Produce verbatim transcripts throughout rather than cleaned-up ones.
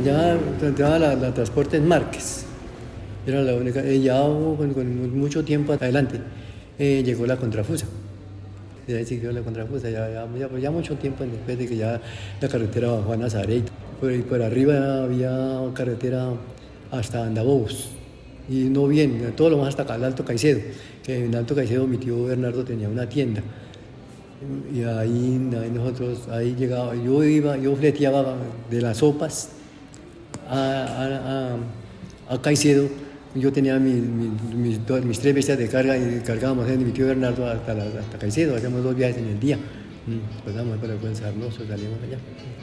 allá entraba la, la Transportes Márquez, era la única, eh, ya hubo con, con mucho tiempo adelante, eh, llegó la Contrafusa. De ahí siguió la Contrafusa, ya, ya, ya, pues ya mucho tiempo después de que ya la carretera bajó a Nazaret. Por, por arriba había carretera hasta Andabobos, y no bien, todo lo más hasta acá, el Alto Caicedo, que en Alto Caicedo mi tío Bernardo tenía una tienda. Y ahí, ahí nosotros, ahí llegaba, yo iba, yo fleteaba de las sopas a, a, a, a Caicedo. Yo tenía mis, mis, mis, dos, mis tres bestias de carga y cargábamos de mi tío Bernardo hasta, la, hasta Caicedo, hacíamos dos viajes en el día. Mm, pasamos por el Buen Sarnoso, salimos allá.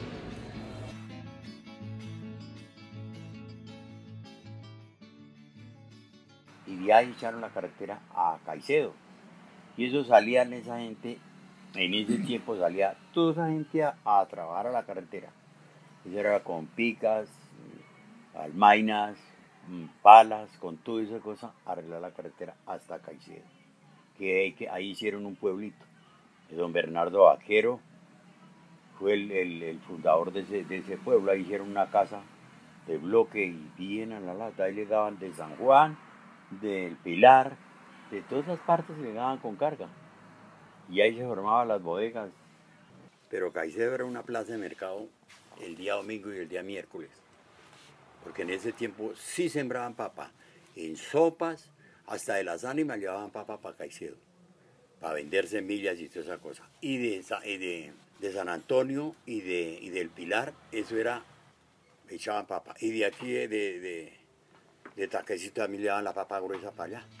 Y de ahí echaron la carretera a Caicedo. Y eso salían esa gente, en ese tiempo salía toda esa gente a, a trabajar a la carretera. Eso era con picas, almainas, palas, con toda esa cosa, arreglar la carretera hasta Caicedo. Que ahí, que ahí hicieron un pueblito. Don Bernardo Vaquero fue el, el, el fundador de ese, de ese pueblo. Ahí hicieron una casa de bloque y bien a la lata. Ahí llegaban de San Juan, del Pilar, de todas esas partes llegaban con carga. Y ahí se formaban las bodegas. Pero Caicedo era una plaza de mercado el día domingo y el día miércoles. Porque en ese tiempo sí sembraban papa. En sopas, hasta de las ánimas llevaban papa para Caicedo. Para vender semillas y toda esa cosa. Y de, y de, de San Antonio y, de, y del Pilar, eso era, echaban papa. Y de aquí de, de, de, de Taquecito también le daban la papa gruesa para allá.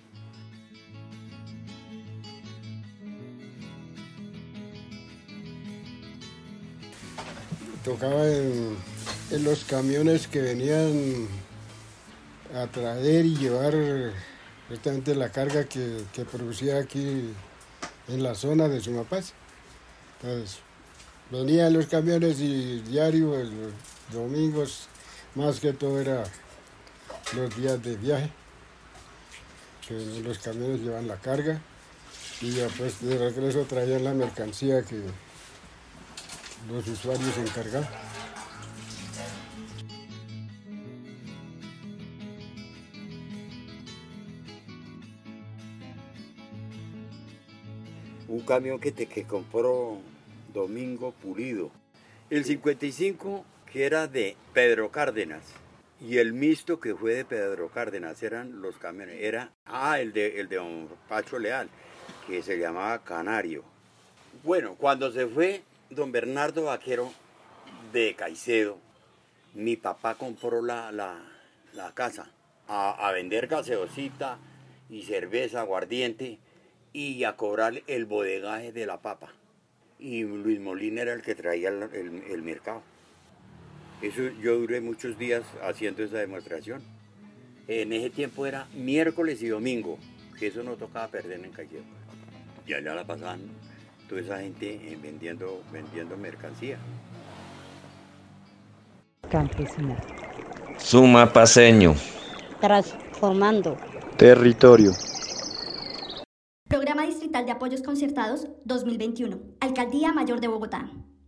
Tocaba en, en los camiones que venían a traer y llevar justamente la carga que, que producía aquí en la zona de Sumapaz. Entonces, venían los camiones y diario, los domingos, más que todo era los días de viaje, que los camiones llevan la carga y ya pues de regreso traían la mercancía que los usuarios encargaban. Un camión que, te, que compró Domingo Pulido. El cincuenta y cinco que era de Pedro Cárdenas. Y el mixto que fue de Pedro Cárdenas eran los camiones. Era, ah, el de, el de don Pacho Leal, que se llamaba Canario. Bueno, cuando se fue don Bernardo Vaquero de Caicedo, mi papá compró la, la, la casa a, a vender gaseosita y cerveza, aguardiente, y a cobrar el bodegaje de la papa. Y Luis Molina era el que traía el, el, el mercado. Eso yo duré muchos días haciendo esa demostración. En ese tiempo era miércoles y domingo, que eso no tocaba perder en Caicedo. Y allá la pasaban toda esa gente vendiendo, vendiendo mercancía. Campesina. Sumapaceño. Transformando. Territorio. Programa Distrital de Apoyos Concertados dos mil veintiuno. Alcaldía Mayor de Bogotá.